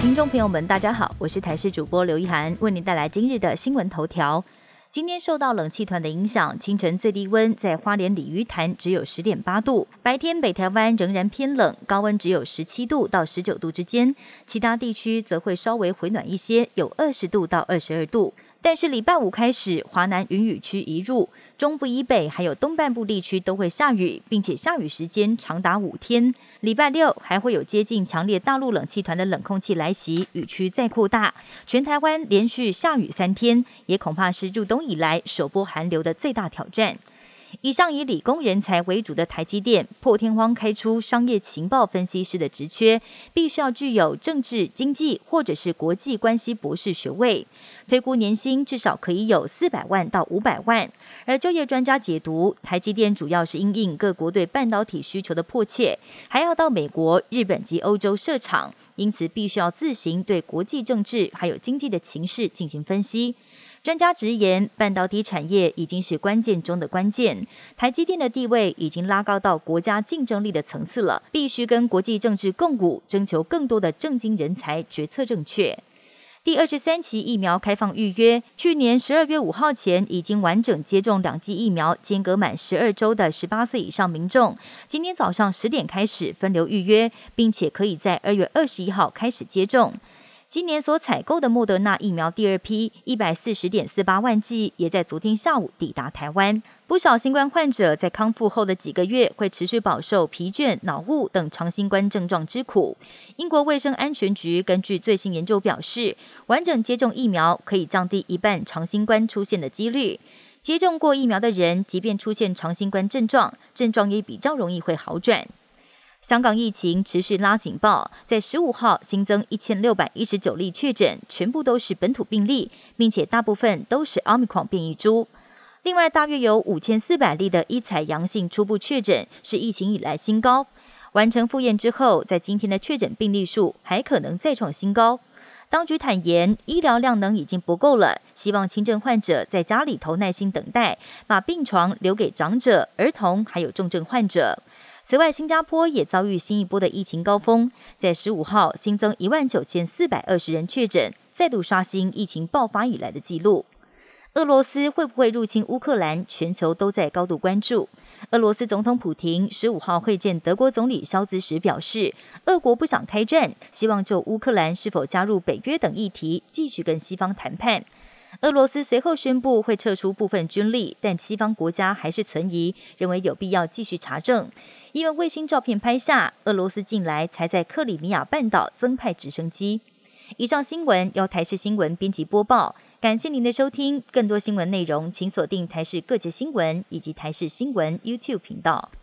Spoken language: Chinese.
听众朋友们大家好，我是台视主播刘一涵，为您带来今日的新闻头条。今天受到冷气团的影响，清晨最低温在花莲鲤鱼潭只有 10.8 度，白天北台湾仍然偏冷，高温只有17度到19度之间，其他地区则会稍微回暖一些，有20度到22度。但是礼拜五开始，华南云雨区移入，中部以北还有东半部地区都会下雨，并且下雨时间长达5天。礼拜六还会有接近强烈大陆冷气团的冷空气来袭，雨区再扩大，全台湾连续下雨3天，也恐怕是入冬以来首波寒流的最大挑战。以上以理工人才为主的台积电破天荒开出商业情报分析师的职缺，必须要具有政治、经济或者是国际关系博士学位，推估年薪至少可以有400万到500万。而就业专家解读，台积电主要是因应各国对半导体需求的迫切，还要到美国、日本及欧洲设厂，因此必须要自行对国际政治还有经济的情势进行分析。专家直言，半导体产业已经是关键中的关键，台积电的地位已经拉高到国家竞争力的层次了，必须跟国际政治共舞，征求更多的政经人才，决策正确。第23期疫苗开放预约，去年12月5号前已经完整接种2剂疫苗，间隔满12周的18岁以上民众，今天早上10点开始分流预约，并且可以在2月21号开始接种。今年所采购的莫德纳疫苗第2批 140.48 万剂也在昨天下午抵达台湾。不少新冠患者在康复后的几个月会持续饱受疲倦、脑雾等长新冠症状之苦。英国卫生安全局根据最新研究表示，完整接种疫苗可以降低1半长新冠出现的几率。接种过疫苗的人，即便出现长新冠症状也比较容易会好转。香港疫情持续拉警报，在15号新增1619例确诊，全部都是本土病例，并且大部分都是 Omicron 变异株。另外，大约有5400例的一采阳性初步确诊，是疫情以来新高。完成复验之后，在今天的确诊病例数还可能再创新高。当局坦言，医疗量能已经不够了，希望轻症患者在家里头耐心等待，把病床留给长者、儿童还有重症患者。此外，新加坡也遭遇新一波的疫情高峰，在15号新增19420人确诊，再度刷新疫情爆发以来的纪录。俄罗斯会不会入侵乌克兰，全球都在高度关注。俄罗斯总统普亭15号会见德国总理肖兹时表示，俄国不想开战，希望就乌克兰是否加入北约等议题继续跟西方谈判。俄罗斯随后宣布会撤出部分军力，但西方国家还是存疑，认为有必要继续查证。因为卫星照片拍下，俄罗斯近来才在克里米亚半岛增派直升机。以上新闻由台视新闻编辑播报，感谢您的收听。更多新闻内容，请锁定台视各界新闻以及台视新闻 YouTube 频道。